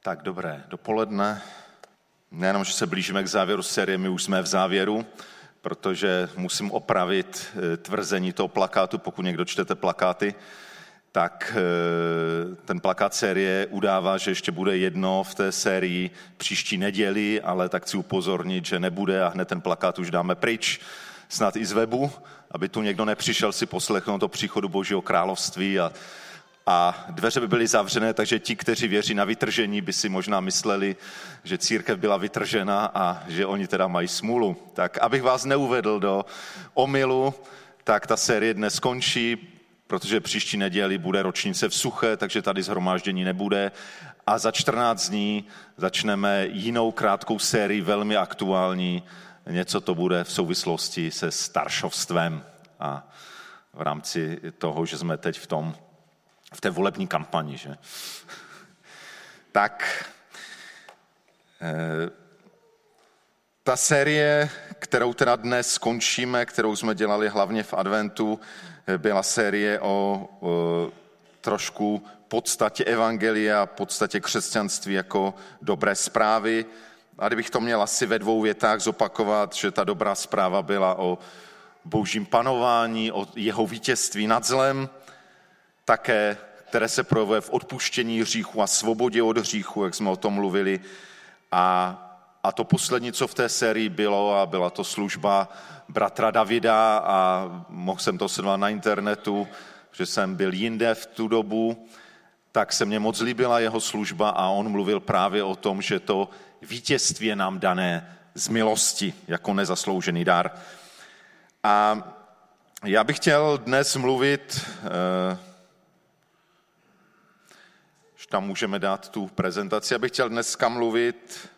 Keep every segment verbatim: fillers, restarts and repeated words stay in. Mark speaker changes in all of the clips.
Speaker 1: Tak dobré dopoledne. Nejenom, že se blížíme k závěru série, my už jsme v závěru, protože musím opravit tvrzení toho plakátu, pokud někdo čtete plakáty, tak ten plakát série udává, že ještě bude jedno v té sérii příští neděli, ale tak chci upozornit, že nebude a hned ten plakát už dáme pryč, snad i z webu, aby tu někdo nepřišel si poslechnout o příchodu Božího království a A dveře by byly zavřené, takže ti, kteří věří na vytržení, by si možná mysleli, že církev byla vytržena a že oni teda mají smůlu. Tak abych vás neuvedl do omylu, tak ta série dnes skončí, protože příští neděli bude ročnice v Suché, takže tady shromáždění nebude. A za čtrnáct dní začneme jinou krátkou sérii, velmi aktuální. Něco to bude v souvislosti se staršovstvem a v rámci toho, že jsme teď v tom v té volební kampani, že? Tak, ta série, kterou teda dnes skončíme, kterou jsme dělali hlavně v adventu, byla série o, o trošku podstatě evangelia, podstatě křesťanství jako dobré zprávy. A kdybych to měl asi ve dvou větách zopakovat, že ta dobrá zpráva byla o božím panování, o jeho vítězství nad zlem, také, které se projevuje v odpuštění hříchu a svobodě od hříchu, jak jsme o tom mluvili. A, a to poslední, co v té sérii bylo, a byla to služba bratra Davida a mohl jsem to sledovat na internetu, že jsem byl jinde v tu dobu, tak se mně moc líbila jeho služba a on mluvil právě o tom, že to vítězství je nám dané z milosti, jako nezasloužený dar. A já bych chtěl dnes mluvit... Eh, tam můžeme dát tu prezentaci. Já bych chtěl dneska mluvit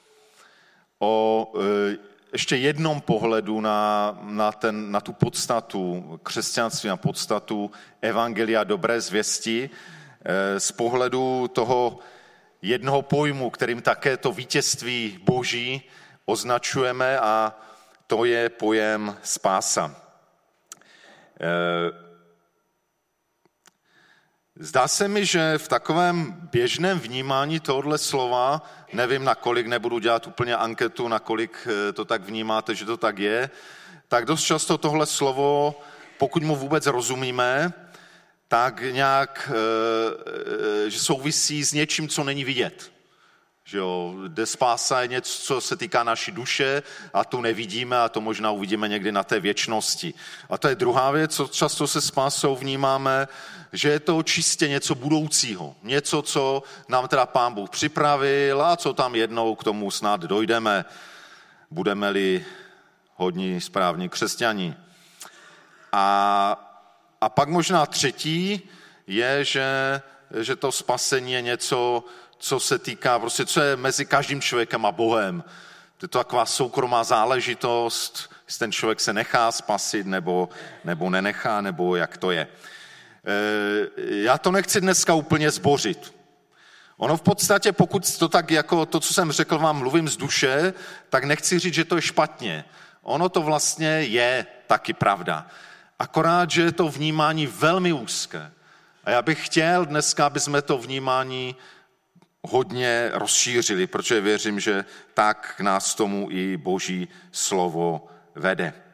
Speaker 1: o e, ještě jednom pohledu na, na, ten, na tu podstatu křesťanství, na podstatu evangelia dobré zvěsti, e, z pohledu toho jednoho pojmu, kterým také to vítězství Boží označujeme, a to je pojem spása. E, Zdá se mi, že v takovém běžném vnímání tohoto slova, nevím na kolik, nebudu dělat úplně anketu, na kolik to tak vnímáte, že to tak je, tak dost často tohle slovo, pokud mu vůbec rozumíme, tak nějak, že souvisí s něčím, co není vidět. Že jo, kde spása je něco, co se týká naší duše a tu nevidíme a to možná uvidíme někdy na té věčnosti. A to je druhá věc, co často se spásou vnímáme, že je to čistě něco budoucího. Něco, co nám teda Pán Bůh připravil a co tam jednou k tomu snad dojdeme, budeme-li hodní správní křesťani. A, a pak možná třetí je, že, že to spasení je něco, co se týká, prostě co je mezi každým člověkem a Bohem. To je to taková soukromá záležitost, jestli ten člověk se nechá spasit nebo, nebo nenechá, nebo jak to je. Já to nechci dneska úplně zbořit. Ono v podstatě, pokud to tak jako to, co jsem řekl, vám mluvím z duše, tak nechci říct, že to je špatně. Ono to vlastně je taky pravda. Akorát, že je to vnímání velmi úzké. A já bych chtěl dneska, aby jsme to vnímání hodně rozšířili, protože věřím, že tak nás tomu i Boží slovo vede. E,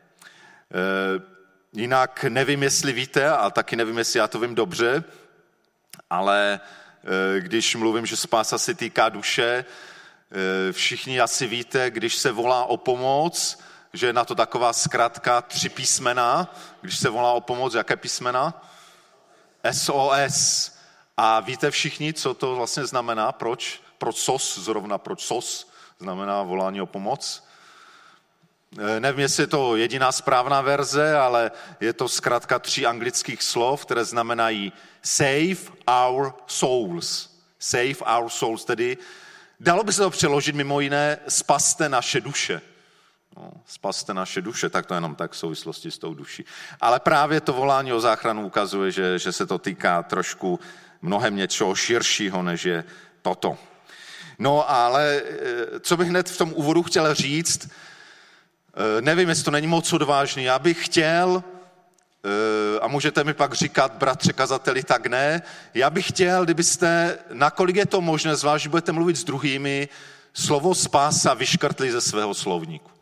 Speaker 1: jinak nevím, jestli víte, a taky nevím, jestli já to vím dobře, ale e, když mluvím, že spása se týká duše, e, všichni asi víte, když se volá o pomoc, že je na to taková zkratka tři písmena, když se volá o pomoc, jaké písmena? S O S. A víte všichni, co to vlastně znamená? Proč? Proč S O S, zrovna proč S O S znamená volání o pomoc? Nevím, jestli je to jediná správná verze, ale je to zkrátka tří anglických slov, které znamenají save our souls. Save our souls, tedy dalo by se to přeložit mimo jiné spaste naše duše. No, spaste naše duše, tak to jenom tak v souvislosti s tou duší. Ale právě to volání o záchranu ukazuje, že, že se to týká trošku mnohem něčeho širšího, než je toto. No ale co bych hned v tom úvodu chtěl říct, nevím, jestli to není moc odvážný, já bych chtěl a můžete mi pak říkat, bratře kazateli, tak ne. Já bych chtěl, kdybyste, nakolik je to možné, zvlášť budete mluvit s druhými, slovo spása vyškrtli ze svého slovníku.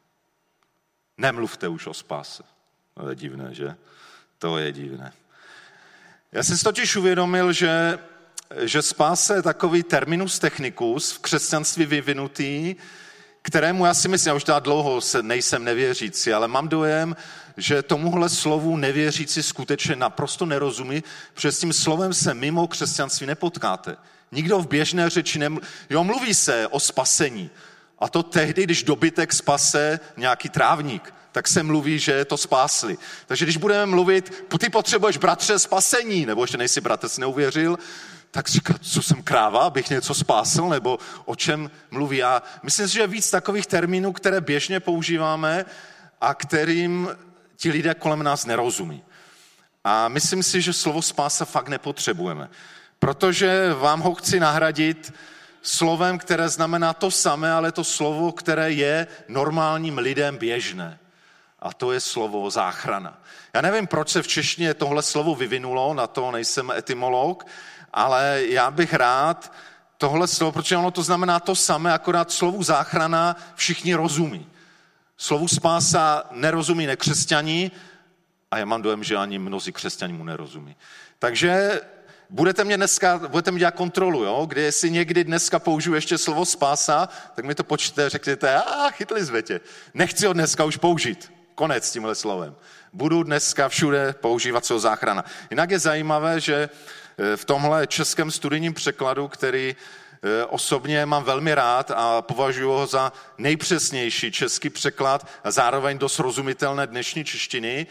Speaker 1: Nemluvte už o spáse. To je divné, že? To je divné. Já jsem si totiž uvědomil, že, že spása je takový terminus technicus v křesťanství vyvinutý, kterému já si myslím, já už teda dlouho se, nejsem nevěřící, ale mám dojem, že tomuhle slovu nevěřící skutečně naprosto nerozumí, protože s tím slovem se mimo křesťanství nepotkáte. Nikdo v běžné řeči nemluví. Jo, mluví se o spasení. A to tehdy, když dobytek spase nějaký trávník, tak se mluví, že to spásli. Takže když budeme mluvit, ty potřebuješ, bratře, spasení, nebo ještě nejsi bratr, jsi neuvěřil, tak říká, co jsem kráva, abych něco spásl, nebo o čem mluví. A myslím si, že je víc takových termínů, které běžně používáme a kterým ti lidé kolem nás nerozumí. A myslím si, že slovo spása fakt nepotřebujeme, protože vám ho chci nahradit slovem, které znamená to samé, ale to slovo, které je normálním lidem běžné. A to je slovo záchrana. Já nevím, proč se v češtině tohle slovo vyvinulo, na to nejsem etymolog, ale já bych rád tohle slovo, protože ono to znamená to samé, akorát slovu záchrana všichni rozumí. Slovu spása nerozumí nekřesťaní a já mám dojem, že ani mnozí křesťaní mu nerozumí. Takže budete mě dneska, budete mě dělat kontrolu, jo? Kdy jestli někdy dneska použiju ještě slovo spása, tak mi to počte, řekněte, a chytli jsme tě. Nechci ho dneska už použít. Konec s tímhle slovem. Budu dneska všude používat slovo záchrana. Jinak je zajímavé, že v tomhle českém studijním překladu, který osobně mám velmi rád a považuji ho za nejpřesnější český překlad a zároveň dost rozumitelné dnešní češtiny,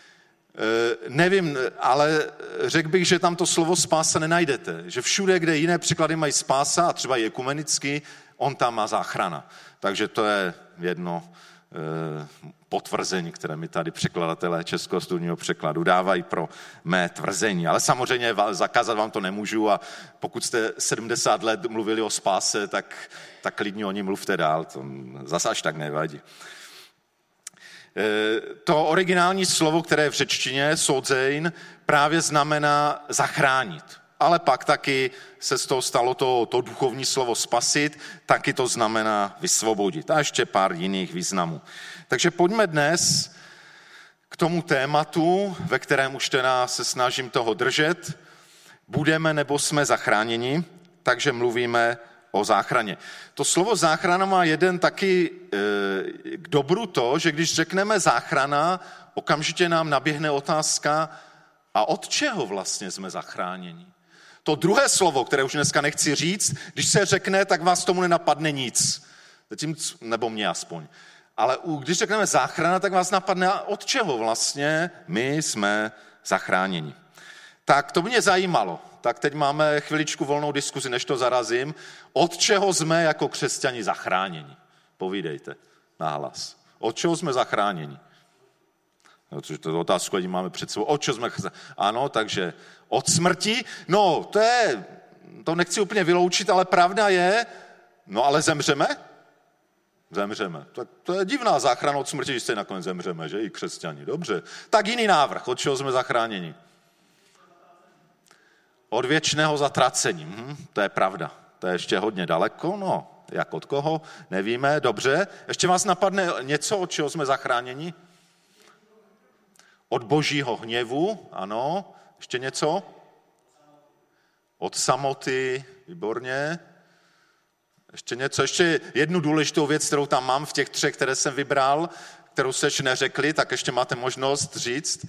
Speaker 1: nevím, ale řekl bych, že tam to slovo spása nenajdete. Že všude, kde jiné překlady mají spása, a třeba i ekumenicky, on tam má záchrana. Takže to je jedno potvrzení, které mi tady překladatelé českého studijního překladu dávají pro mé tvrzení. Ale samozřejmě zakázat vám to nemůžu a pokud jste sedmdesát let mluvili o spáse, tak, tak klidně o ní mluvte dál. To zase až tak nevadí. To originální slovo, které je v řečtině, sozein, právě znamená zachránit. Ale pak taky se z toho stalo to, to duchovní slovo spasit, taky to znamená vysvobodit. A ještě pár jiných významů. Takže pojďme dnes k tomu tématu, ve kterém už teda se snažím toho držet. Budeme nebo jsme zachráněni, takže mluvíme o záchraně. To slovo záchrana má jeden taky e, k dobru to, že když řekneme záchrana, okamžitě nám naběhne otázka, a od čeho vlastně jsme zachráněni? To druhé slovo, které už dneska nechci říct, když se řekne, tak vás tomu nenapadne nic. Zatím, nebo mě aspoň. Ale když řekneme záchrana, tak vás napadne, a od čeho vlastně my jsme zachráněni. Tak to mě zajímalo. Tak teď máme chviličku volnou diskuzi, než to zarazím. Od čeho jsme jako křesťani zachráněni? Povídejte nahlas. Od čeho jsme zachráněni? No, což to otázku lidí máme před sebou. Od čeho jsme zachráněni? Ano, takže od smrti? No, to je, to nechci úplně vyloučit, ale pravda je, no ale zemřeme? Zemřeme. Tak to je divná záchrana od smrti, když se nakonec zemřeme, že? I křesťani. Dobře. Tak jiný návrh. Od čeho jsme zachráněni? Od věčného zatracení. Hm, to je pravda. To je ještě hodně daleko. No, jak od koho? Nevíme. Dobře. Ještě vás napadne něco, od čeho jsme zachráněni? Od božího hněvu. Ano. Ještě něco? Od samoty. Výborně. Ještě něco, ještě jednu důležitou věc, kterou tam mám v těch třech, které jsem vybral, kterou se ještě neřekli, tak ještě máte možnost říct.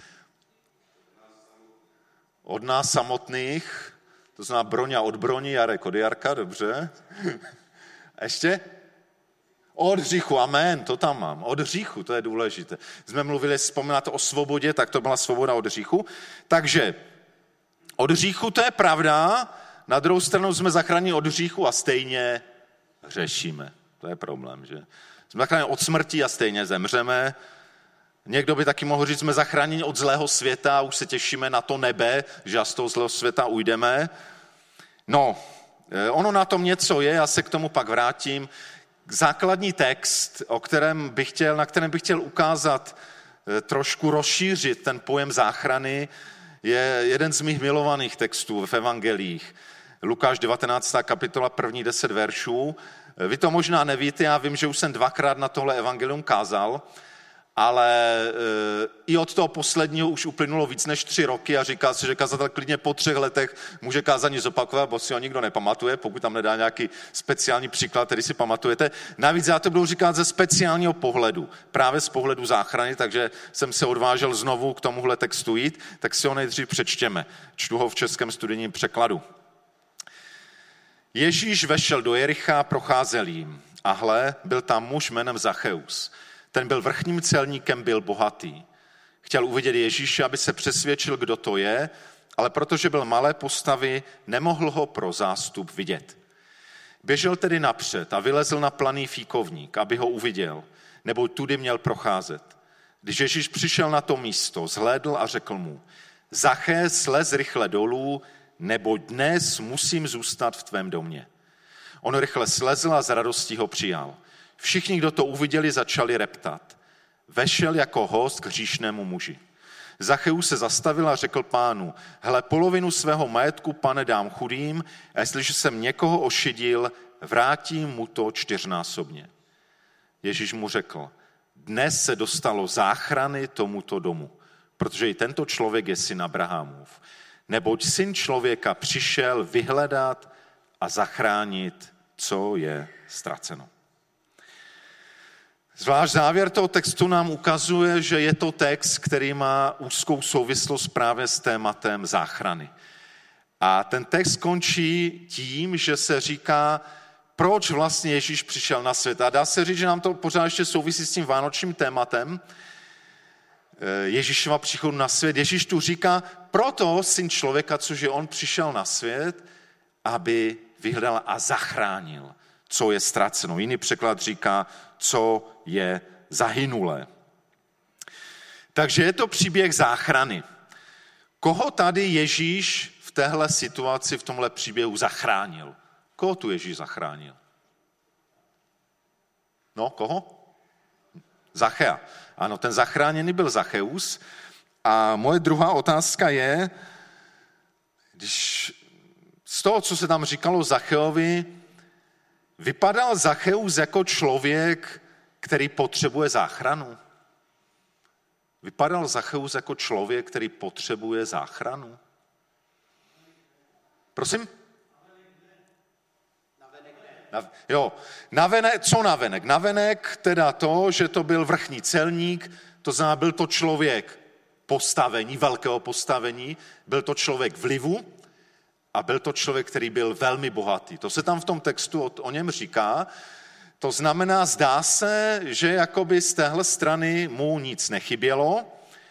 Speaker 1: Od nás samotných, to znamená Broňa od Broni, Jarek od Jarka, dobře. Ještě? Od hříchu, amen, to tam mám. Od hříchu, to je důležité. Jsme mluvili, vzpomínáte o svobodě, tak to byla svoboda od hříchu. Takže od hříchu to je pravda, na druhou stranu jsme zachráněni od hříchu a stejně hřešíme. To je problém, že? Jsme zachráněni od smrti a stejně zemřeme. Někdo by taky mohl říct, jsme zachráněni od zlého světa a už se těšíme na to nebe, že z toho zlého světa ujdeme. No, ono na tom něco je, já se k tomu pak vrátím. Základní text, o kterém bych chtěl, na kterém bych chtěl ukázat trošku rozšířit ten pojem záchrany, je jeden z mých milovaných textů v evangelích. Lukáš devatenáctá kapitola, první deset veršů. Vy to možná nevíte, já vím, že už jsem dvakrát na tohle evangelium kázal, ale i od toho posledního už uplynulo víc než tři roky a říká se, že kazatel klidně po třech letech může kázání zopakovat, bo si ho nikdo nepamatuje, pokud tam nedá nějaký speciální příklad, který si pamatujete. Navíc já to budu říkat ze speciálního pohledu, právě z pohledu záchrany, takže jsem se odvážel znovu k tomuhle textu jít, tak si ho nejdřív přečtěme. Čtu ho v českém studijním překladu. Ježíš vešel do Jericha, procházel jím a hle, byl tam muž jménem Zacheus. Ten byl vrchním celníkem, byl bohatý. Chtěl uvidět Ježíše, aby se přesvědčil, kdo to je, ale protože byl malé postavy, nemohl ho pro zástup vidět. Běžel tedy napřed a vylezl na planý fíkovník, aby ho uviděl, neboť tudy měl procházet. Když Ježíš přišel na to místo, zhlédl a řekl mu, Zaché, slez rychle dolů, neboť dnes musím zůstat v tvém domě. On rychle slezl a z radostí ho přijal. Všichni, kdo to uviděli, začali reptat. Vešel jako host k hříšnému muži. Zacheus se zastavil a řekl pánu, hele, polovinu svého majetku, pane, dám chudým, a jestliže jsem někoho ošidil, vrátím mu to čtyřnásobně. Ježíš mu řekl, dnes se dostalo záchrany tomuto domu, protože i tento člověk je syn Abrahamův. Neboť syn člověka přišel vyhledat a zachránit, co je ztraceno. Zvlášť závěr toho textu nám ukazuje, že je to text, který má úzkou souvislost právě s tématem záchrany. A ten text končí tím, že se říká, proč vlastně Ježíš přišel na svět. A dá se říct, že nám to pořád ještě souvisí s tím vánočním tématem Ježíšova příchodu na svět. Ježíš tu říká, proto syn člověka, což je on, přišel na svět, aby vyhledal a zachránil, co je ztraceno. Jiný překlad říká, co je zahynulé. Takže je to příběh záchrany. Koho tady Ježíš v téhle situaci, v tomhle příběhu zachránil? Koho tu Ježíš zachránil? No, koho? Zachea. Ano, ten zachráněný byl Zacheus. A moje druhá otázka je, když z toho, co se tam říkalo Zacheovi, vypadal Zacheus jako člověk, který potřebuje záchranu? Vypadal Zacheus jako člověk, který potřebuje záchranu? Prosím? Na, jo, navenek, co navenek? Navenek teda to, že to byl vrchní celník, to znamená, byl to člověk postavení, velkého postavení, byl to člověk vlivu a byl to člověk, který byl velmi bohatý. To se tam v tom textu o, o něm říká. To znamená, zdá se, že jakoby z téhle strany mu nic nechybělo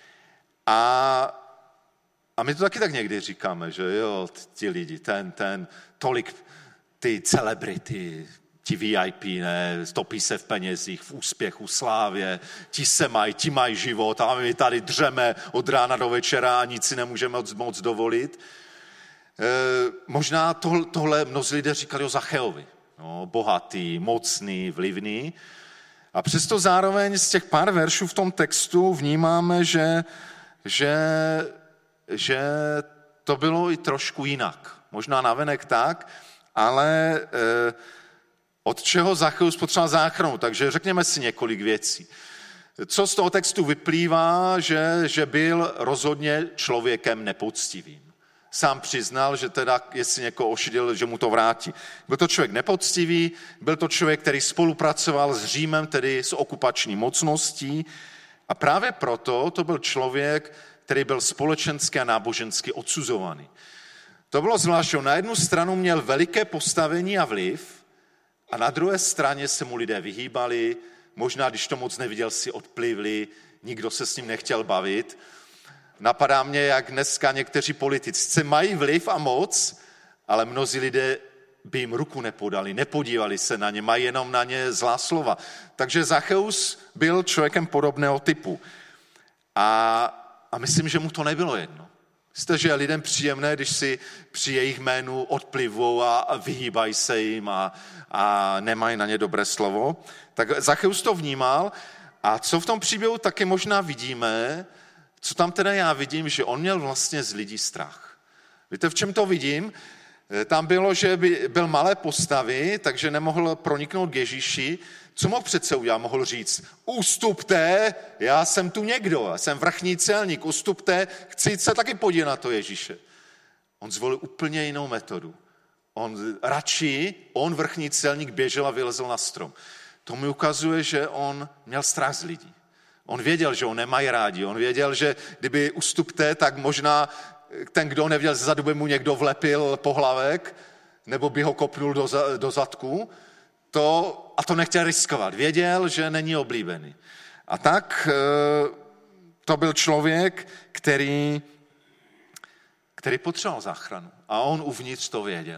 Speaker 1: a A my to taky tak někdy říkáme, že jo, ti lidi, ten, ten, tolik ty celebrity, ti V I P, ne, topí se v penězích, v úspěchu, slávě, ti se mají, ti mají život a my tady dřeme od rána do večera a nic si nemůžeme moc, moc dovolit. E, možná tohle, tohle mnozí lidé říkali o Zacheovi, no, bohatý, mocný, vlivný. A přesto zároveň z těch pár veršů v tom textu vnímáme, že, že že to bylo i trošku jinak. Možná navenek tak, ale eh, od čeho Zacheus potřeboval záchranu. Takže řekněme si několik věcí. Co z toho textu vyplývá, že, že byl rozhodně člověkem nepoctivým. Sám přiznal, že teda, jestli někoho ošidil, že mu to vrátí. Byl to člověk nepoctivý, byl to člověk, který spolupracoval s Římem, tedy s okupační mocností. A právě proto to byl člověk, který byl společensky a nábožensky odsuzovaný. To bylo zvláštní. Na jednu stranu měl veliké postavení a vliv a na druhé straně se mu lidé vyhýbali, možná když to moc neviděl, si odplivli, nikdo se s ním nechtěl bavit. Napadá mě, jak dneska někteří politici mají vliv a moc, ale mnozí lidé by jim ruku nepodali, nepodívali se na ně, mají jenom na ně zlá slova. Takže Zacheus byl člověkem podobného typu. A A myslím, že mu to nebylo jedno. Myslíte, že je lidem příjemné, když si při jejich jménu odplivou a vyhýbají se jim a, a nemají na ně dobré slovo? Tak Zacheus to vnímal A co v tom příběhu taky možná vidíme, co tam teda já vidím, že on měl vlastně z lidí strach. Víte, v čem to vidím? Tam bylo, že by byl malé postavy, takže nemohl proniknout k Ježíši. Co mohl přece udělat? Mohl říct, ustupte, já jsem tu někdo, já jsem vrchní celník, ustupte, chci se taky podívat na to Ježíše. On zvolil úplně jinou metodu. On radši, on vrchní celník běžel a vylezl na strom. To mi ukazuje, že on měl strach z lidí. On věděl, že ho nemají rádi. On věděl, že kdyby ustupte, tak možná ten, kdo nevěděl zezadu, by mu někdo vlepil pohlavek, nebo by ho kopnul do, do zadku. To, a to nechtěl riskovat. Věděl, že není oblíbený. A tak to byl člověk, který, který potřeboval záchranu. A on uvnitř to věděl.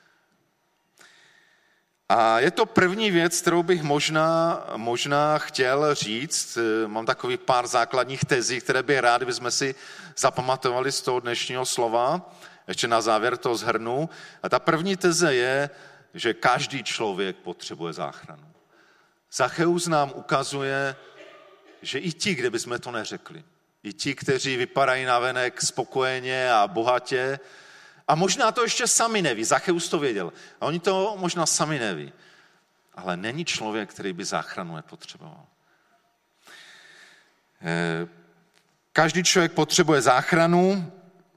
Speaker 1: A je to první věc, kterou bych možná, možná chtěl říct. Mám takový pár základních tezí, které bych rád, kdybychom si zapamatovali z toho dnešního slova. Ještě na závěr to shrnu. A ta první teze je, že každý člověk potřebuje záchranu. Zacheus nám ukazuje, že i ti, kde bychom to neřekli, i ti, kteří vypadají navenek spokojeně a bohatě, a možná to ještě sami neví, Zacheus to věděl, a oni to možná sami neví, ale není člověk, který by záchranu nepotřeboval. Každý člověk potřebuje záchranu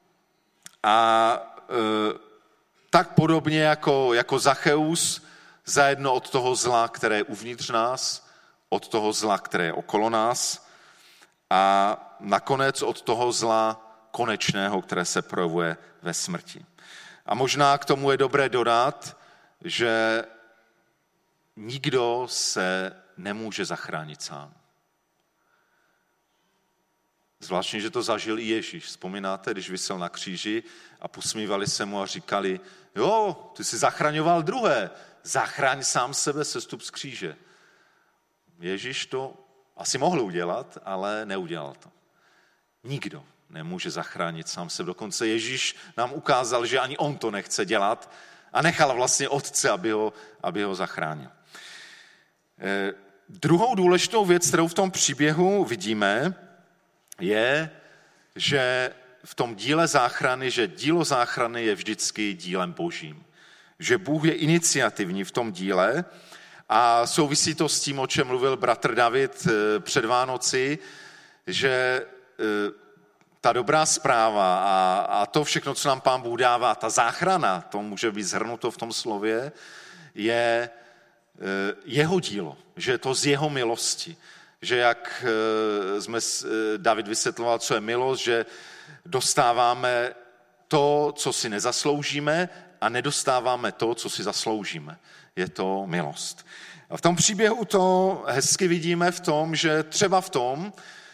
Speaker 1: a tak podobně jako, jako Zacheus, zajedno od toho zla, které je uvnitř nás, od toho zla, které je okolo nás a nakonec od toho zla konečného, které se projevuje ve smrti. A možná k tomu je dobré dodat, že nikdo se nemůže zachránit sám. Zvláštně, že to zažil i Ježíš. Vzpomínáte, když visel na kříži a posmívali se mu a říkali, jo, ty jsi zachraňoval druhé, zachraň sám sebe, sestup z kříže. Ježíš to asi mohl udělat, ale neudělal to. Nikdo nemůže zachránit sám sebe. Dokonce Ježíš nám ukázal, že ani on to nechce dělat a nechal vlastně Otce, aby ho, aby ho zachránil. Eh, druhou důležitou věc, kterou v tom příběhu vidíme, je, že v tom díle záchrany, že dílo záchrany je vždycky dílem Božím. Že Bůh je iniciativní v tom díle a souvisí to s tím, o čem mluvil bratr David před Vánoci, že ta dobrá zpráva a, a to všechno, co nám Pán Bůh dává, ta záchrana, to může být shrnuto v tom slově, je jeho dílo, že je to z jeho milosti. Že jak jsme David vysvětloval, co je milost, že dostáváme to, co si nezasloužíme a nedostáváme to, co si zasloužíme. Je to milost. A v tom příběhu to hezky vidíme v tom, že třeba v tom,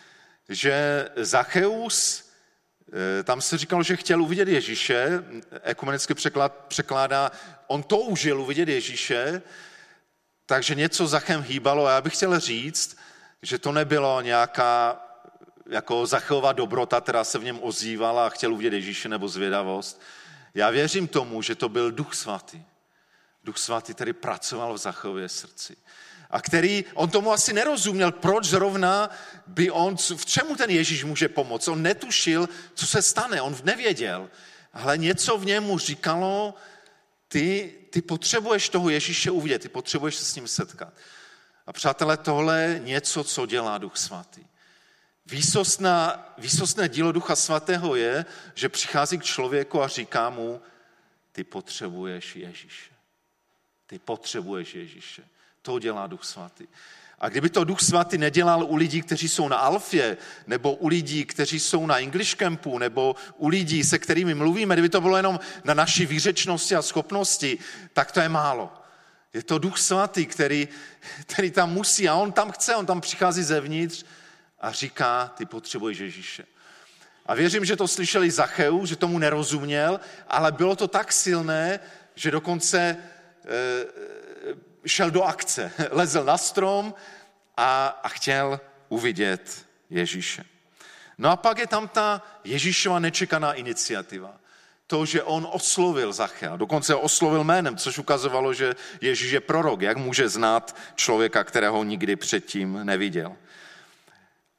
Speaker 1: že Zacheus, tam se říkalo, že chtěl uvidět Ježíše, ekumenický překlad překládá, on toužil uvidět Ježíše, takže něco Zachem hýbalo a já bych chtěl říct, že to nebylo nějaká jako Zacheova dobrota, která se v něm ozývala a chtěl uvidět Ježíše nebo zvědavost. Já věřím tomu, že to byl Duch Svatý. Duch Svatý, který pracoval v Zacheově srdci. A který, on tomu asi nerozuměl, proč zrovna by on, v čemu ten Ježíš může pomoct. On netušil, co se stane, on nevěděl. Ale něco v němu říkalo, ty, ty potřebuješ toho Ježíše uvidět, ty potřebuješ se s ním setkat. A přátelé, tohle je něco, co dělá Duch Svatý. Výsostná, výsostné dílo Ducha Svatého je, že přichází k člověku a říká mu, ty potřebuješ Ježíše. Ty potřebuješ Ježíše. To dělá Duch Svatý. A kdyby to Duch Svatý nedělal u lidí, kteří jsou na Alfě, nebo u lidí, kteří jsou na English Campu, nebo u lidí, se kterými mluvíme, kdyby to bylo jenom na naší výřečnosti a schopnosti, tak to je málo. Je to Duch Svatý, který, který tam musí a on tam chce, on tam přichází zevnitř a říká, ty potřebuješ Ježíše. A věřím, že to slyšeli Zacheus, že tomu nerozuměl, ale bylo to tak silné, že dokonce e, šel do akce. Lezl na strom a, a chtěl uvidět Ježíše. No a pak je tam ta Ježíšova nečekaná iniciativa. To, že on oslovil Zachea, dokonce ho oslovil jménem, což ukazovalo, že Ježíš je prorok, jak může znát člověka, kterého nikdy předtím neviděl.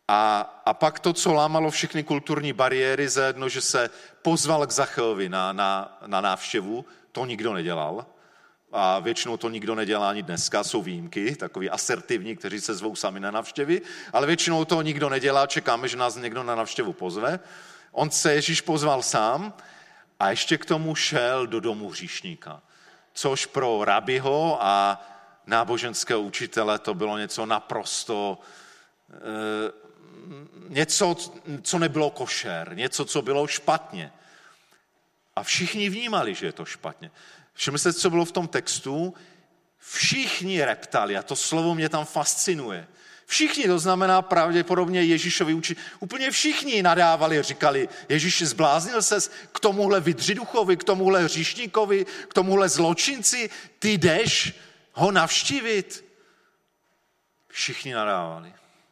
Speaker 1: A, a pak to, co lámalo všechny kulturní bariéry, zajedno, že se pozval k Zacheovi na, na, na návštěvu, to nikdo nedělal. A většinou to nikdo nedělá ani dneska, jsou výjimky, takový asertivní, kteří se zvou sami na návštěvy, ale většinou to nikdo nedělá, čekáme, že nás někdo na návštěvu pozve. On se Ježíš pozval sám a ještě k tomu šel do domu hříšníka, což pro rabiho a náboženského učitele to bylo něco naprosto, e, něco, co nebylo košer, něco, co bylo špatně. A všichni vnímali, že je to špatně. Všimli jste, co bylo v tom textu? Všichni reptali, a to slovo mě tam fascinuje. Všichni, to znamená pravděpodobně Ježíšovi uči. Úplně všichni nadávali, říkali, Ježíši, zbláznil ses k tomuhle vydřiduchovi, k tomuhle hříšníkovi, k tomuhle zločinci, ty jdeš ho navštívit. Všichni nadávali.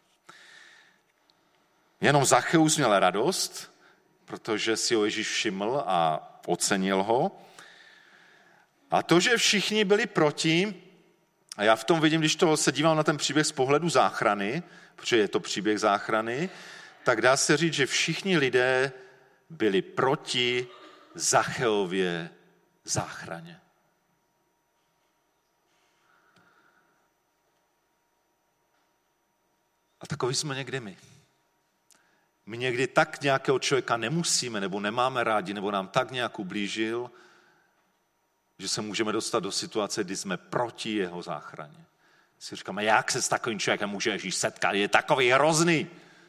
Speaker 1: Jenom Zacheus měl radost, protože si ho Ježíš všiml a ocenil ho. A to, že všichni byli proti, a já v tom vidím, když to se dívám na ten příběh z pohledu záchrany, protože je to příběh záchrany, tak dá se říct, že všichni lidé byli proti Zacheově záchraně. A takový jsme někdy my. My někdy tak nějakého člověka nemusíme, nebo nemáme rádi, nebo nám tak nějak ublížil, že se můžeme dostat do situace, kdy jsme proti jeho záchraně. Si říkáme, jak se s takovým člověkem může Ježíš setkat, je takový hrozný.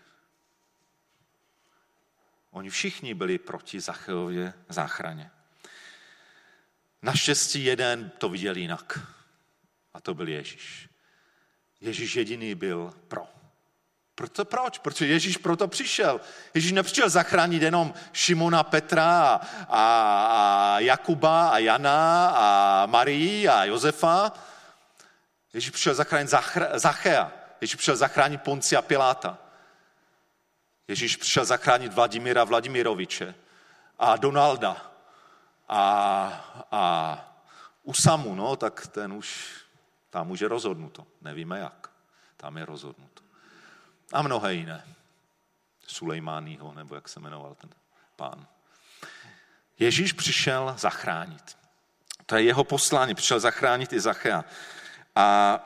Speaker 1: Oni všichni byli proti Zacheově záchraně. Naštěstí jeden to viděl jinak. A to byl Ježíš. Ježíš jediný byl pro. Proto proč? Protože Ježíš proto přišel. Ježíš nepřišel zachránit jenom Šimona, Petra a, a Jakuba a Jana a Marii a Josefa. Ježíš přišel zachránit Zachea. Ježíš přišel zachránit Poncia Piláta. Ježíš přišel zachránit Vladimíra Vladimiroviče a Donalda a, a Usamu, no, tak ten už tam už je rozhodnuto. Nevíme jak. Tam je rozhodnuto. A mnohé jiné. Sulejmánýho, nebo jak se jmenoval ten pán. Ježíš přišel zachránit. To je jeho poslání. Přišel zachránit i Zachea. A,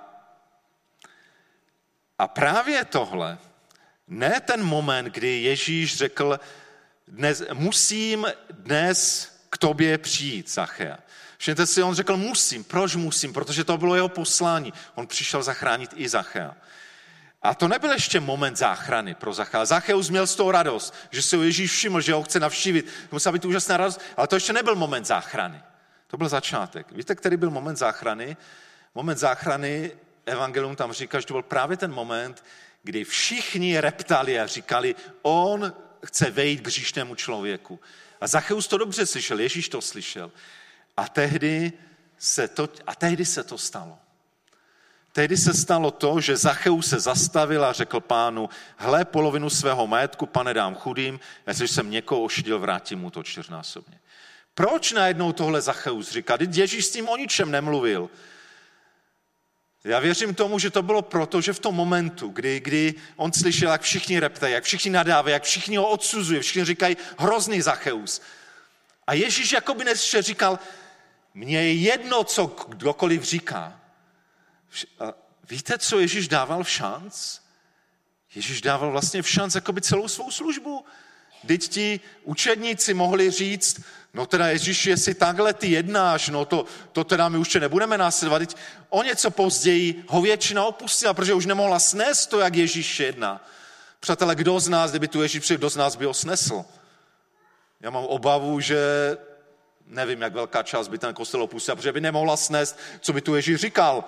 Speaker 1: a právě tohle, ne ten moment, kdy Ježíš řekl, dnes, musím dnes k tobě přijít, Zachea. Všimněte si, on řekl musím. Proč musím? Protože to bylo jeho poslání. On přišel zachránit i Zachea. A to nebyl ještě moment záchrany pro Zachea. Zacheus měl z toho radost, že se ho Ježíš všiml, že ho chce navštívit. To musela být úžasná radost, ale to ještě nebyl moment záchrany. To byl začátek. Víte, který byl moment záchrany? Moment záchrany, evangelium tam říká, že to byl právě ten moment, kdy všichni reptali a říkali, on chce vejít k hříšnému člověku. A Zacheus to dobře slyšel, Ježíš to slyšel. A tehdy se to, a tehdy se to stalo. Tehdy se stalo to, že Zacheus se zastavil a řekl pánu, hle, polovinu svého majetku, pane, dám chudým, jestliže jsem někoho ošidil, vrátím mu to čtyřnásobně. Proč najednou tohle Zacheus říká? Vždyť Ježíš s tím o ničem nemluvil. Já věřím tomu, že to bylo proto, že v tom momentu, kdy, kdy on slyšel, jak všichni reptají, jak všichni nadávají, jak všichni ho odsuzují, všichni říkají hrozný Zacheus. A Ježíš jakoby neslyšel, říkal, mně je jedno, co kdokoliv říká. A víte, co Ježíš dával v šanc? Ježíš dával vlastně v šanc jakoby celou svou službu. Vždyť ti učedníci mohli říct, no teda Ježíši, jestli takhle ty jednáš, no to, to teda my už tě nebudeme následovat. Vždyť o něco později ho většina opustila, protože už nemohla snést to, jak Ježíš jedná. Přátelé, kdo z nás, kdyby tu Ježíš přišel, kdo z nás by ho snesl? Já mám obavu, že nevím, jak velká část by ten kostel opustila, protože by nemohla snést, co by tu Ježíš říkal.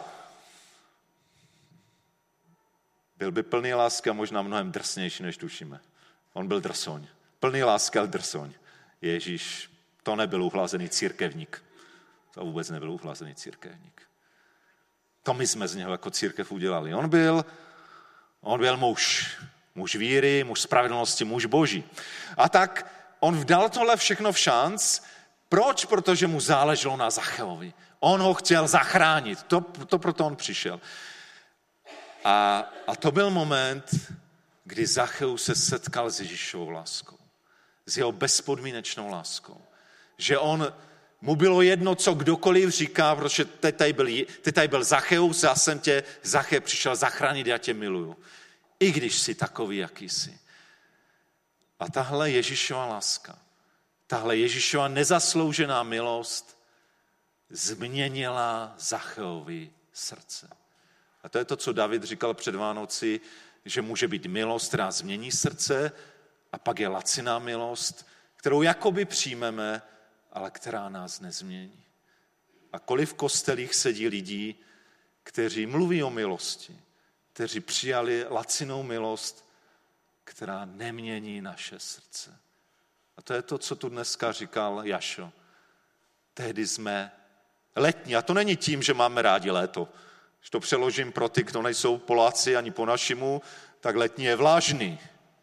Speaker 1: Byl by plný lásky a možná mnohem drsnější, než tušíme. On byl drsoň. Plný lásky, ale drsoň. Ježíš, to nebyl uhlazený církevník. To vůbec nebyl uhlazený církevník. To my jsme z něho jako církev udělali. On byl, on byl muž. Muž víry, muž spravedlnosti, muž boží. A tak on vdal tohle všechno v šanc. Proč? Protože mu záleželo na Zacheovi. On ho chtěl zachránit. To, to proto on přišel. A, a to byl moment, kdy Zacheus se setkal s Ježíšovou láskou, s jeho bezpodmínečnou láskou. Že on, mu bylo jedno, co kdokoliv říká, protože teď tady byl, teď tady byl Zacheus, já jsem tě, Zache, přišel zachránit, já tě miluju. I když jsi takový, jaký jsi. A tahle Ježíšova láska, tahle Ježíšova nezasloužená milost změnila Zacheovi srdce. A to je to, co David říkal před Vánoci, že může být milost, která změní srdce, a pak je laciná milost, kterou jakoby přijmeme, ale která nás nezmění. A kolik v kostelích sedí lidí, kteří mluví o milosti, kteří přijali lacinou milost, která nemění naše srdce. A to je to, co tu dneska říkal Jašo. Tehdy jsme letní. A to není tím, že máme rádi léto. Když to přeložím pro ty, kdo nejsou Poláci ani po našimu, tak letní je vlažný.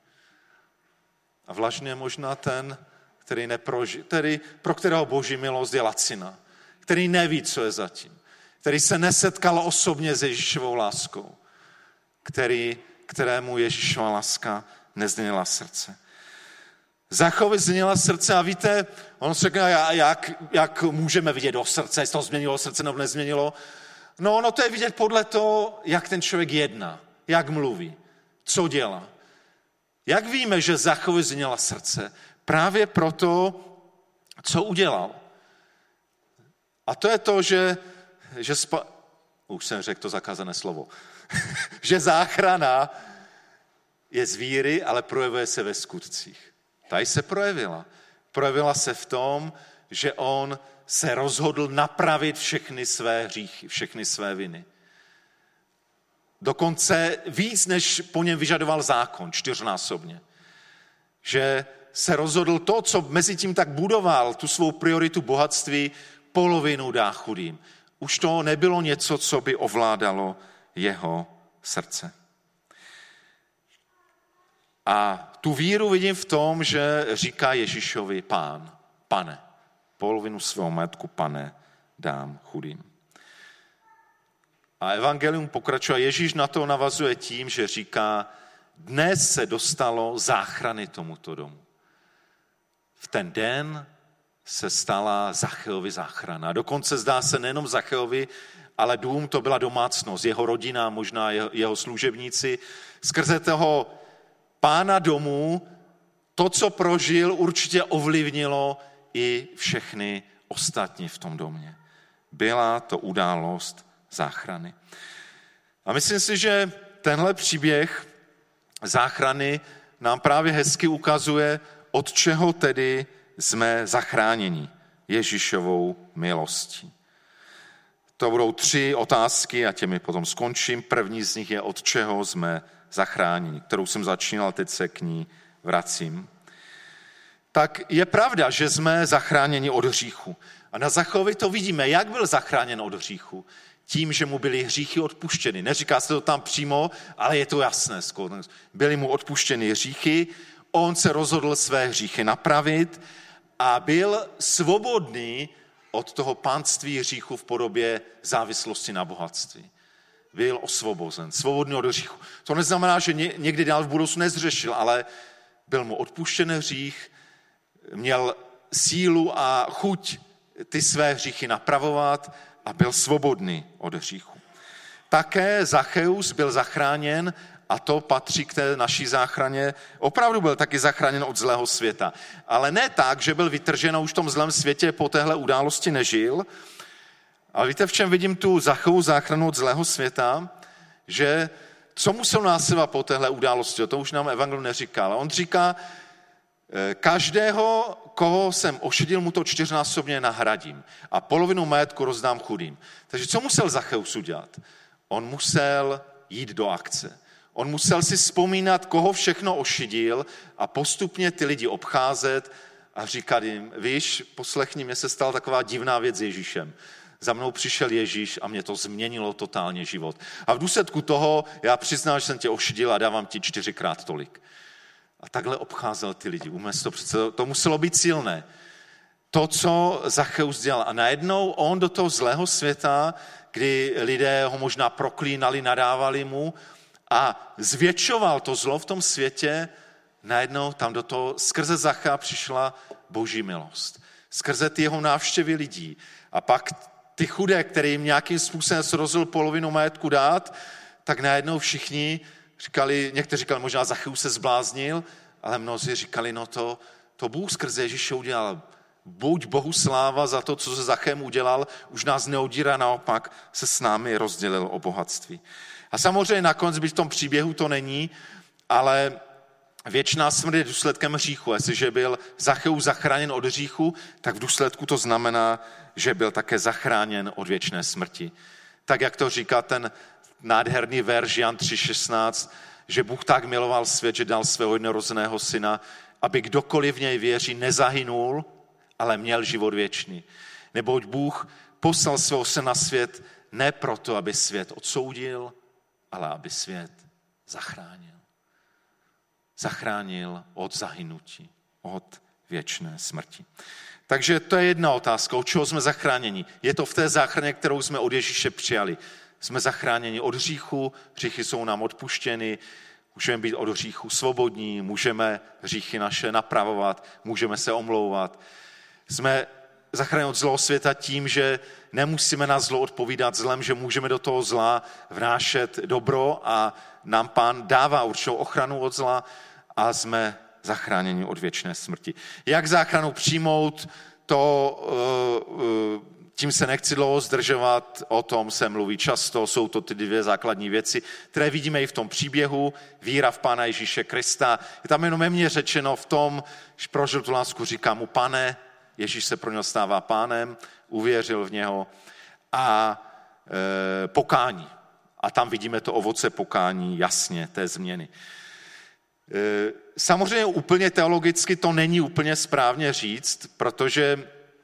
Speaker 1: A vlažný je možná ten, který neproži, který, pro kterého boží milost je lacina, který neví, co je zatím, který se nesetkal osobně s Ježíšovou láskou, který, kterému Ježíšova láska nezměnila srdce. Zachovi změnila srdce a víte, on se řekne, jak, jak můžeme vidět do srdce, jestli to změnilo srdce nebo nezměnilo. No ono to je vidět podle toho, jak ten člověk jedná, jak mluví, co dělá. Jak víme, že Zachovi změnila srdce? Právě proto, co udělal. A to je to, že, že spa... už jsem řekl to zakázané slovo, že záchrana je z víry, ale projevuje se ve skutcích. Tady se projevila. Projevila se v tom, že on se rozhodl napravit všechny své hříchy, všechny své viny. Dokonce víc, než po něm vyžadoval zákon, čtyřnásobně. Že se rozhodl to, co mezi tím tak budoval, tu svou prioritu bohatství, polovinu dá chudým. Už to nebylo něco, co by ovládalo jeho srdce. A tu víru vidím v tom, že říká Ježíšovi Pán, Pane, polovinu svého majetku, Pane, dám chudým. A evangelium pokračuje. Ježíš na to navazuje tím, že říká, dnes se dostalo záchrany tomuto domu. V ten den se stala Zacheovi záchrana. Dokonce zdá se nejenom Zacheovi, ale dům to byla domácnost, jeho rodina, možná jeho, jeho služebníci. Skrze toho pána domu to, co prožil, určitě ovlivnilo i všechny ostatní v tom domě. Byla to událost záchrany. A myslím si, že tenhle příběh záchrany nám právě hezky ukazuje, od čeho tedy jsme zachráněni Ježíšovou milostí. To budou tři otázky a těmi potom skončím. První z nich je, od čeho jsme zachráněni, kterou jsem začínal, teď se k ní vracím. Tak je pravda, že jsme zachráněni od hříchu. A na Zachovi to vidíme, jak byl zachráněn od hříchu. Tím, že mu byly hříchy odpuštěny. Neříká se to tam přímo, ale je to jasné. Byly mu odpuštěny hříchy, on se rozhodl své hříchy napravit a byl svobodný od toho pánství hříchu v podobě závislosti na bohatství. Byl osvobozen, svobodný od hříchu. To neznamená, že někdy dál v budoucnu nezřešil, ale byl mu odpuštěn hřích, měl sílu a chuť ty své hříchy napravovat a byl svobodný od hříchu. Také Zacheus byl zachráněn, a to patří k té naší záchraně, opravdu byl taky zachráněn od zlého světa. Ale ne tak, že byl vytržen a už v tom zlém světě po téhle události nežil. Ale víte, v čem vidím tu Zacheovu záchranu od zlého světa? Že co musel následovat po téhle události? To už nám evangelium neříká. Ale on říká, každého, koho jsem ošidil, mu to čtyřnásobně nahradím a polovinu majetku rozdám chudým. Takže co musel Zacheus udělat? On musel jít do akce. On musel si vzpomínat, koho všechno ošidil a postupně ty lidi obcházet a říkat jim, víš, poslechni, mně se stala taková divná věc s Ježíšem. Za mnou přišel Ježíš a mě to změnilo totálně život. A v důsledku toho já přiznám, že jsem tě ošidil a dávám ti čtyřikrát tolik. A takhle obcházel ty lidi. To, přece, to muselo být silné. To, co Zacheus dělal. A najednou on do toho zlého světa, kdy lidé ho možná proklínali, nadávali mu, a zvětšoval to zlo v tom světě, najednou tam do toho skrze Zachéa přišla Boží milost. Skrze ty jeho návštěvy lidí. A pak ty chudé, který jim nějakým způsobem se rozhodl polovinu majetku dát, tak najednou všichni říkali, někteří říkali, možná Zachéus se zbláznil, ale mnozí říkali, no to, to Bůh skrze Ježíše udělal. Buď Bohu sláva za to, co se Zachem udělal, už nás neodírá, naopak se s námi rozdělil o bohatství. A samozřejmě nakonec, byť v tom příběhu to není, ale věčná smrt je důsledkem hříchu. Jestliže byl Zachéus zachráněn od hříchu, tak v důsledku to znamená, že byl také zachráněn od věčné smrti. Tak, jak to říká ten nádherný verš Jan tři šestnáct, že Bůh tak miloval svět, že dal svého jednorozeného syna, aby kdokoliv v něj věří, nezahynul, ale měl život věčný. Neboť Bůh poslal svého syna na svět ne proto, aby svět odsoudil, ale aby svět zachránil. Zachránil od zahynutí, od věčné smrti. Takže to je jedna otázka, od čeho jsme zachráněni. Je to v té záchraně, kterou jsme od Ježíše přijali. Jsme zachráněni od hříchu, hříchy jsou nám odpuštěny, můžeme být od hříchu svobodní, můžeme hříchy naše napravovat, můžeme se omlouvat. Jsme zachráněni od zlého světa tím, že nemusíme na zlo odpovídat zlem, že můžeme do toho zla vnášet dobro a nám Pán dává určitou ochranu od zla a jsme zachráněni od věčné smrti. Jak záchranu přijmout, to tím se nechci dlouho zdržovat, o tom se mluví často, jsou to ty dvě základní věci, které vidíme i v tom příběhu, víra v Pána Ježíše Krista. Je tam jenom jemně řečeno v tom, že prožil tu lásku, říká mu Pane, Ježíš se pro něho stává pánem, uvěřil v něho a e, pokání. A tam vidíme to ovoce pokání jasně, té změny. E, samozřejmě úplně teologicky to není úplně správně říct, protože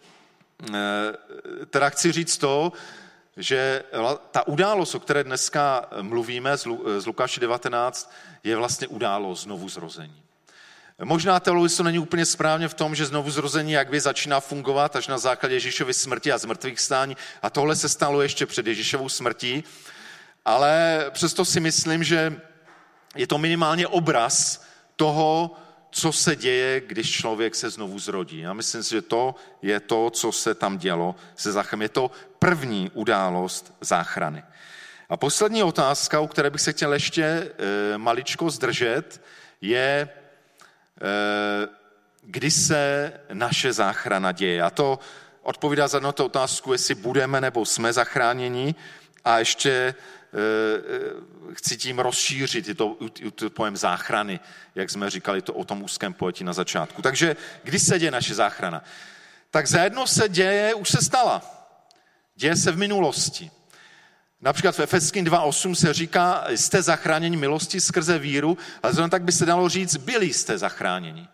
Speaker 1: e, teda chci říct to, že ta událost, o které dneska mluvíme z Lukáše devatenáct, je vlastně událost znovuzrození. Možná teologicky to není úplně správně v tom, že znovuzrození jakby začíná fungovat až na základě Ježíšovy smrti a zmrtvých stání a tohle se stalo ještě před Ježíšovou smrtí, ale přesto si myslím, že je to minimálně obraz toho, co se děje, když člověk se znovu zrodí. Já myslím si, že to je to, co se tam dělo se Zachem. Je to první událost záchrany. A poslední otázka, u které bych se chtěl ještě maličko zdržet, je, kdy se naše záchrana děje. A to odpovídá za tu otázku, jestli budeme nebo jsme zachráněni. A ještě chci tím rozšířit i to, to pojem záchrany, jak jsme říkali to o tom úzkém pojetí na začátku. Takže kdy se děje naše záchrana? Tak zajedno se děje, už se stala. Děje se v minulosti. Například v Efeským dva osm se říká, jste zachráněni milostí skrze víru, ale zrovna tak by se dalo říct, byli jste zachráněni.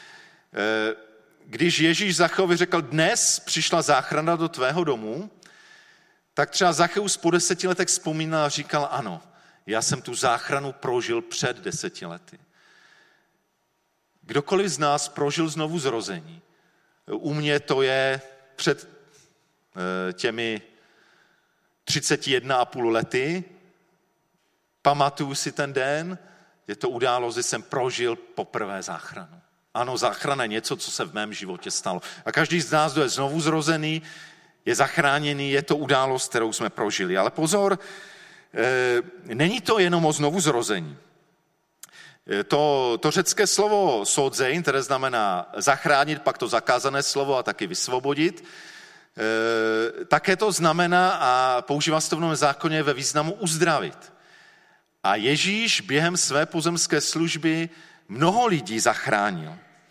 Speaker 1: Když Ježíš Zachéovi řekl, dnes přišla záchrana do tvého domu, tak třeba Zachéus po deseti letech vzpomínal a říkal, ano, já jsem tu záchranu prožil před deseti lety. Kdokoliv z nás prožil znovu zrození. U mě to je před těmi třicet jedna a půl lety. Pamatuju si ten den, je to událost, že jsem prožil poprvé záchranu. Ano, záchrana je něco, co se v mém životě stalo. A každý z nás, kdo je znovu zrozený, je zachráněný, je to událost, kterou jsme prožili. Ale pozor, e, není to jenom o znovu zrození. E, to, to řecké slovo soudzein, které znamená zachránit, pak to zakázané slovo a taky vysvobodit, e, také to znamená a používá se to v Novém zákoně ve významu uzdravit. A Ježíš během své pozemské služby mnoho lidí zachránil.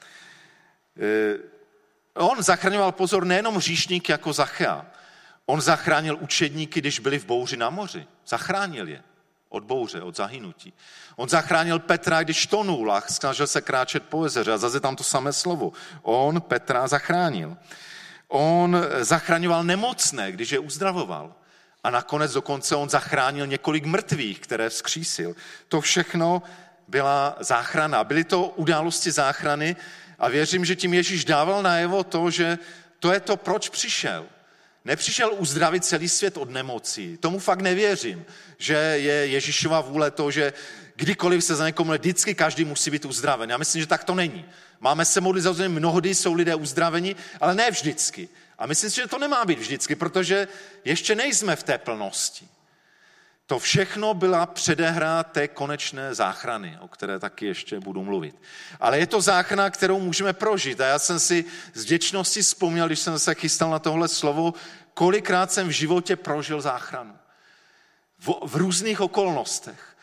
Speaker 1: E, On zachraňoval, pozor, nejenom hříšníky jako Zachéa. On zachránil učedníky, když byli v bouři na moři. Zachránil je od bouře, od zahynutí. On zachránil Petra, když tonul a snažil se kráčet po jezeře. A zase tam to samé slovo. On Petra zachránil. On zachraňoval nemocné, když je uzdravoval. A nakonec dokonce on zachránil několik mrtvých, které vzkřísil. To všechno byla záchrana. Byly to události záchrany, a věřím, že tím Ježíš dával najevo to, že to je to, proč přišel. Nepřišel uzdravit celý svět od nemocí. Tomu fakt nevěřím, že je Ježíšova vůle to, že kdykoliv se za někomu modlí, vždycky každý musí být uzdraven. Já myslím, že tak to není. Máme se modlit za uzdravení, mnohdy jsou lidé uzdraveni, ale ne vždycky. A myslím si, že to nemá být vždycky, protože ještě nejsme v té plnosti. To všechno byla předehra té konečné záchrany, o které taky ještě budu mluvit. Ale je to záchrana, kterou můžeme prožít. A já jsem si z vděčnosti vzpomněl, když jsem se chystal na tohle slovo, kolikrát jsem v životě prožil záchranu. V, v různých okolnostech.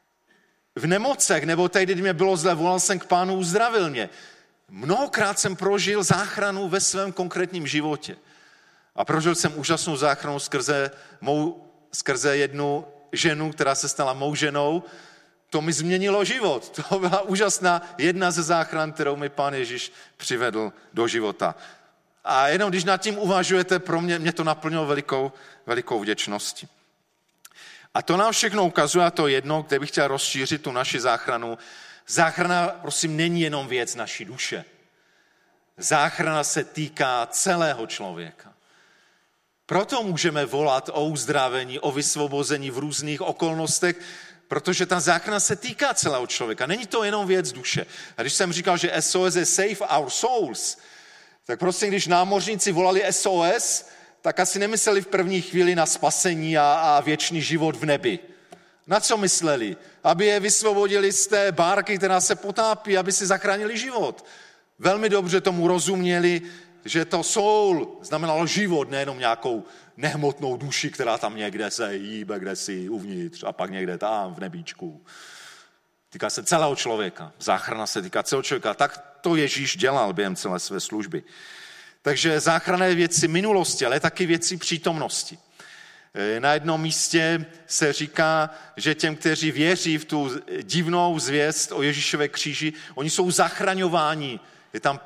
Speaker 1: V nemocech, nebo tehdy, kdy mě bylo zle, volal jsem k Pánu, uzdravil mě. Mnohokrát jsem prožil záchranu ve svém konkrétním životě. A prožil jsem úžasnou záchranu skrze mou skrze jednu ženu, která se stala mou ženou, to mi změnilo život. To byla úžasná jedna ze záchran, kterou mi Pán Ježíš přivedl do života. A jenom když nad tím uvažujete, pro mě, mě to naplnilo velikou, velikou vděčností. A to nám všechno ukazuje, a to jedno, kde bych chtěl rozšířit tu naši záchranu. Záchrana, prosím, není jenom věc naší duše. Záchrana se týká celého člověka. Proto můžeme volat o uzdravení, o vysvobození v různých okolnostech, protože ta záchrana se týká celého člověka. Není to jenom věc duše. A když jsem říkal, že S O S je Save Our Souls, tak prostě když námořníci volali S O S, tak asi nemysleli v první chvíli na spasení a, a věčný život v nebi. Na co mysleli? Aby je vysvobodili z té bárky, která se potápí, aby si zachránili život. Velmi dobře tomu rozuměli, že to soul znamenalo život, nejenom nějakou nehmotnou duši, která tam někde se hýbe, kde si uvnitř a pak někde tam v nebíčku. Týká se celého člověka. Záchrana se týká celého člověka. Tak to Ježíš dělal během celé své služby. Takže záchrana je věci minulosti, ale taky věci přítomnosti. Na jednom místě se říká, že těm, kteří věří v tu divnou zvěst o Ježíšově kříži, oni jsou zachraňováni. Je tam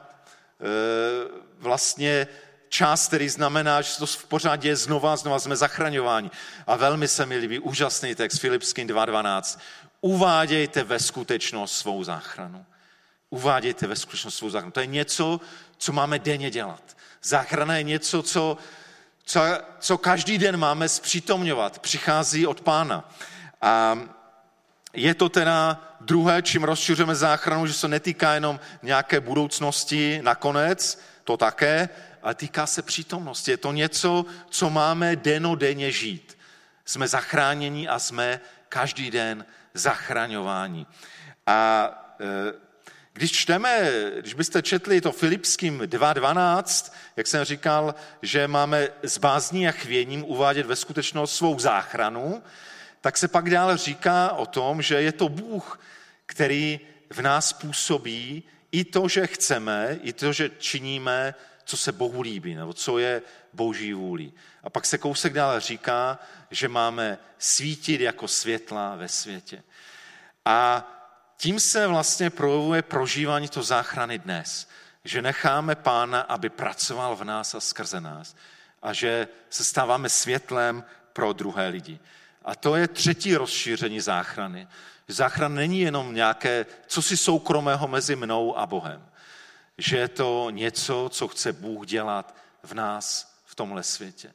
Speaker 1: e, vlastně část, který znamená, že to v pořádě je znova, znova jsme zachraňováni. A velmi se mi líbí úžasný text Filipským dva dvanáct. Uvádějte ve skutečnost svou záchranu. Uvádějte ve skutečnost svou záchranu. To je něco, co máme denně dělat. Záchrana je něco, co, co, co každý den máme zpřítomňovat. Přichází od Pána. A je to teda druhé, čím rozšiřujeme záchranu, že se netýká jenom nějaké budoucnosti nakonec, to také, ale týká se přítomnosti. Je to něco, co máme dennodenně žít. Jsme zachráněni a jsme každý den zachraňováni. A e, když čteme, když byste četli to Filipským dva dvanáct, jak jsem říkal, že máme s bázní a chvěním uvádět ve skutečnost svou záchranu, tak se pak dále říká o tom, že je to Bůh, který v nás působí i to, že chceme, i to, že činíme, co se Bohu líbí, nebo co je Boží vůlí. A pak se kousek dále říká, že máme svítit jako světla ve světě. A tím se vlastně projevuje prožívání to záchrany dnes. Že necháme Pána, aby pracoval v nás a skrze nás. A že se stáváme světlem pro druhé lidi. A to je třetí rozšíření záchrany. Záchrana není jenom nějaké, co si soukromého mezi mnou a Bohem. Že je to něco, co chce Bůh dělat v nás, v tomhle světě.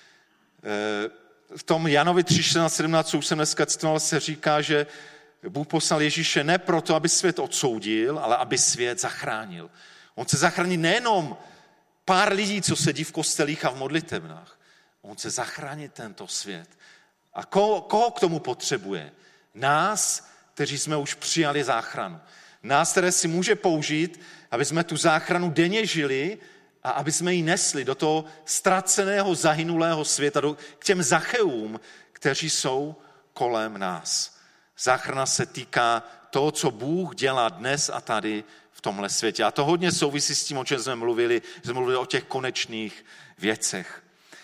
Speaker 1: V tom Janovi tři šestnáct sedmnáct, co už jsem dneska citoval, se říká, že Bůh poslal Ježíše ne proto, aby svět odsoudil, ale aby svět zachránil. On chce zachránit nejenom pár lidí, co sedí v kostelích a v modlitebnách. On chce zachránit tento svět. A koho, koho k tomu potřebuje? Nás, kteří jsme už přijali záchranu. Nás, které si může použít, aby jsme tu záchranu denně žili a aby jsme ji nesli do toho ztraceného, zahynulého světa, do, k těm Zacheům, kteří jsou kolem nás. Záchrana se týká toho, co Bůh dělá dnes a tady v tomhle světě. A to hodně souvisí s tím, o čem jsme mluvili, jsme mluvili o těch konečných věcech.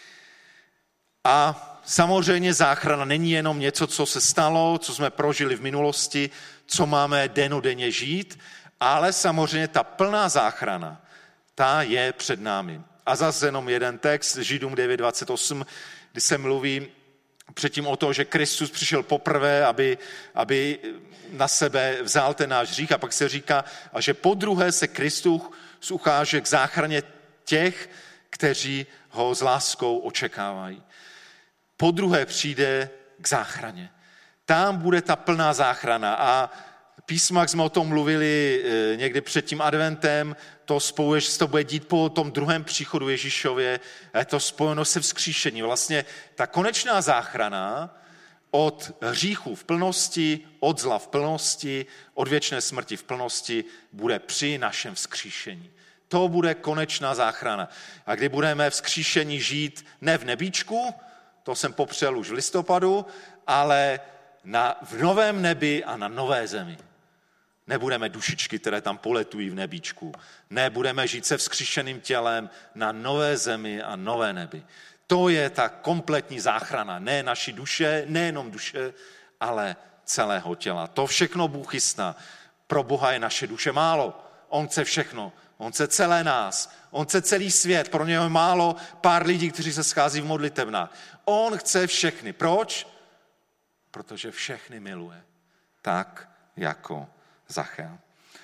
Speaker 1: A samozřejmě záchrana není jenom něco, co se stalo, co jsme prožili v minulosti, co máme dennodenně žít, ale samozřejmě ta plná záchrana, ta je před námi. A zase jenom jeden text, Židům devět dvacet osm, kdy se mluví předtím o to, že Kristus přišel poprvé, aby, aby na sebe vzal ten náš hřích, a pak se říká, a že podruhé se Kristus ukáže k záchraně těch, kteří ho s láskou očekávají. Po druhé přijde k záchraně. Tam bude ta plná záchrana a písmo, jak jsme o tom mluvili někdy před tím adventem, to spojuje, že se to bude dít po tom druhém příchodu Ježíšově, je to spojeno se vzkříšení. Vlastně ta konečná záchrana od hříchu v plnosti, od zla v plnosti, od věčné smrti v plnosti bude při našem vzkříšení. To bude konečná záchrana. A kdy budeme vzkříšení žít ne v nebíčku, to jsem popřel už v listopadu, ale na, v novém nebi a na nové zemi. Nebudeme dušičky, které tam poletují v nebíčku. Nebudeme žít se vzkříšeným tělem na nové zemi a nové nebi. To je ta kompletní záchrana. Ne naší duše, nejenom duše, ale celého těla. To všechno Bůh chystá. Pro Boha je naše duše málo. On chce všechno. On chce celé nás. On chce celý svět. Pro něho je málo pár lidí, kteří se schází v modlitevnách. On chce všechny. Proč? Protože všechny miluje. Tak jako Zachea.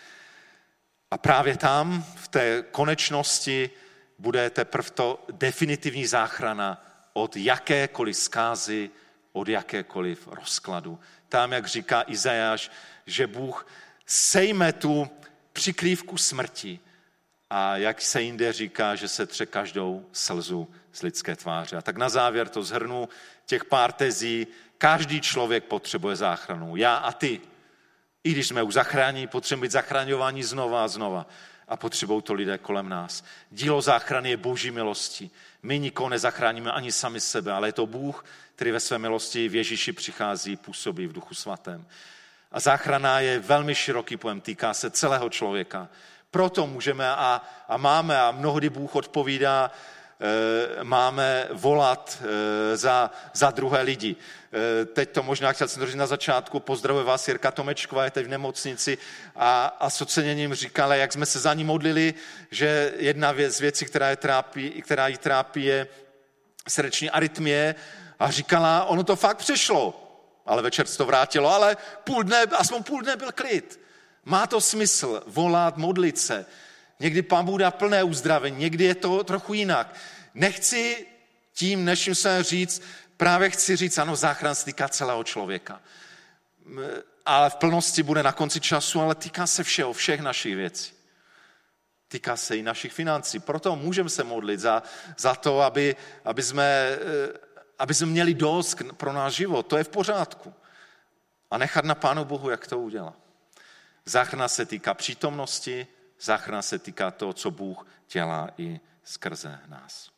Speaker 1: A právě tam, v té konečnosti, bude teprve to definitivní záchrana od jakékoliv zkázy, od jakékoliv rozkladu. Tam, jak říká Izajáš, že Bůh sejme tu přikrývku smrti a jak se jinde říká, že se tře každou slzu z lidské tváře. A tak na závěr to shrnu, těch pár tezí, každý člověk potřebuje záchranu. Já a ty. I když jsme už zachráněni, potřebujeme být zachraňováni znova a znova. A potřebují to lidé kolem nás. Dílo záchrany je Boží milostí. My nikoho nezachráníme ani sami sebe, ale je to Bůh, který ve své milosti v Ježíši přichází, působí v Duchu Svatém. A záchrana je velmi široký pojem, týká se celého člověka. Proto můžeme a, a máme, a mnohdy Bůh odpovídá, e, máme volat e, za, za druhé lidi. E, teď to možná, chtěl jsem to říct na začátku, pozdravuje vás Jirka Tomečková, je teď v nemocnici a, a s oceněním říkala, jak jsme se za ní modlili, že jedna věc, z věcí, která, je trápí, která jí trápí, je srdeční arytmie a říkala, ono to fakt přešlo, ale večer se to vrátilo, ale půl dne, aspoň půl dne byl klid. Má to smysl volat, modlit se. Někdy Pán Bůh dá plné uzdravení, někdy je to trochu jinak. Nechci tím, než se říct, právě chci říct, ano, záchrana se týká celého člověka. Ale v plnosti bude na konci času, ale týká se všeho, všech našich věcí. Týká se i našich financí. Proto můžeme se modlit za, za to, aby, aby, jsme, aby jsme měli dost pro náš život. To je v pořádku. A nechat na Pánu Bohu, jak to udělá. Záchrana se týká přítomnosti, záchrana se týká toho, co Bůh dělá i skrze nás.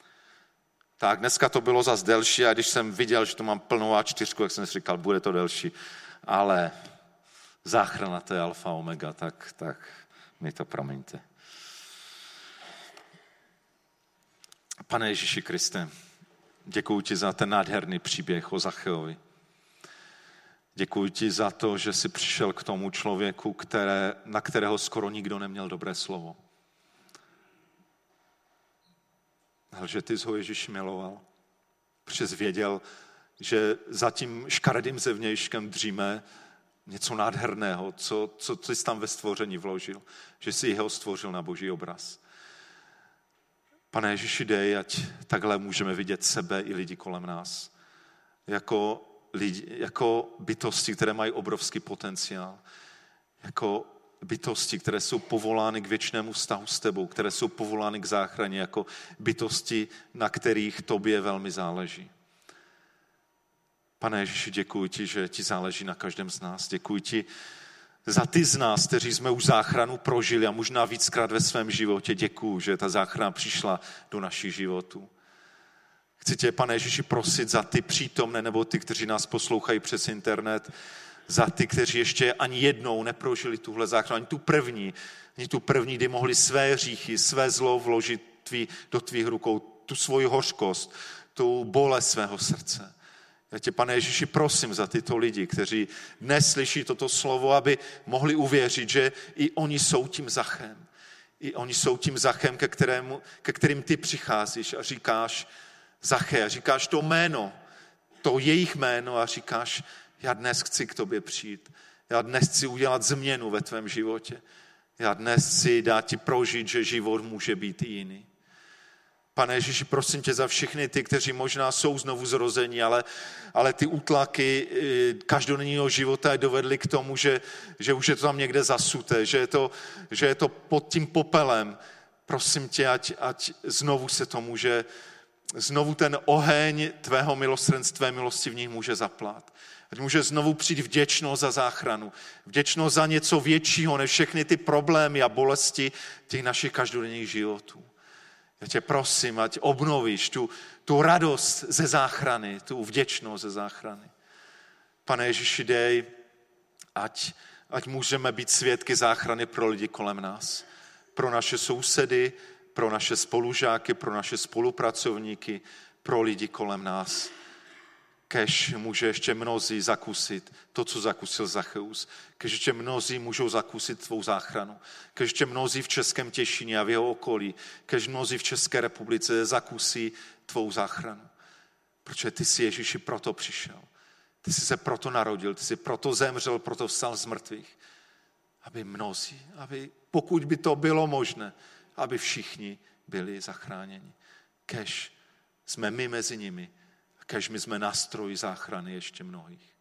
Speaker 1: Tak, dneska to bylo zas delší a když jsem viděl, že to mám plnou á čtyři, jak jsem si říkal, bude to delší, ale záchrana to je alfa omega, tak, tak mi to promiňte. Pane Ježíši Kriste, děkuji ti za ten nádherný příběh o Zacheovi. Děkuji ti za to, že jsi přišel k tomu člověku, které, na kterého skoro nikdo neměl dobré slovo. Ale že ty jsi ho Ježíš miloval, protože jsi věděl, že za tím škaredým zevnějškem dříme něco nádherného, co, co, co jsi tam ve stvoření vložil, že jsi jeho stvořil na Boží obraz. Pane Ježíši, dej, ať takhle můžeme vidět sebe i lidi kolem nás. Jako lidi, jako bytosti, které mají obrovský potenciál. Jako bytosti, které jsou povolány k věčnému vztahu s tebou, které jsou povolány k záchraně, jako bytosti, na kterých tobě velmi záleží. Pane Ježíši, děkuji ti, že ti záleží na každém z nás. Děkuji ti za ty z nás, kteří jsme už záchranu prožili a možná víckrát ve svém životě. Děkuji, že ta záchrana přišla do našich životů. Chci tě, Pane Ježíši, prosit za ty přítomné nebo ty, kteří nás poslouchají přes internet, za ty, kteří ještě ani jednou neprožili tuhle záchranu, ani tu první, ani tu první, kdy mohli své hříchy, své zlo vložit tvý, do tvých rukou, tu svoji hořkost, tu bolest svého srdce. Já tě, Pane Ježíši, prosím za tyto lidi, kteří dnes slyší toto slovo, aby mohli uvěřit, že i oni jsou tím Zachem. I oni jsou tím Zachem, ke, kterému, ke kterým ty přicházíš a říkáš Zaché, říkáš to jméno, to jejich jméno a říkáš, já dnes chci k tobě přijít. Já dnes chci udělat změnu ve tvém životě. Já dnes chci dát ti prožít, že život může být i jiný. Pane Ježíši, prosím tě za všechny ty, kteří možná jsou znovu zrození, ale, ale ty útlaky každodenního života dovedly k tomu, že, že už je to tam někde zasuté, že je to, že je to pod tím popelem. Prosím tě, ať, ať znovu se to může, znovu ten oheň tvého milosrdenství, tvé milosti v nich může zaplat. Ať může znovu přijít vděčnost za záchranu, vděčnost za něco většího než všechny ty problémy a bolesti těch našich každodenních životů. Já tě prosím, ať obnovíš tu, tu radost ze záchrany, tu vděčnost ze záchrany. Pane Ježíši, dej, ať, ať můžeme být svědky záchrany pro lidi kolem nás. Pro naše sousedy, pro naše spolužáky, pro naše spolupracovníky, pro lidi kolem nás. Kež může ještě mnozí zakusit to, co zakusil Zacheus. Kež ještě mnozí můžou zakusit tvou záchranu. Kež ještě mnozí v Českém Těšíně a v jeho okolí, kež mnozí v České republice zakusí tvou záchranu. Protože ty jsi, Ježíši, proto přišel. Ty jsi se proto narodil, ty jsi proto zemřel, proto vstal z mrtvých. Aby mnozí, aby pokud by to bylo možné, aby všichni byli zachráněni. Kež jsme my mezi nimi, kež my jsme nástroji záchrany ještě mnohých.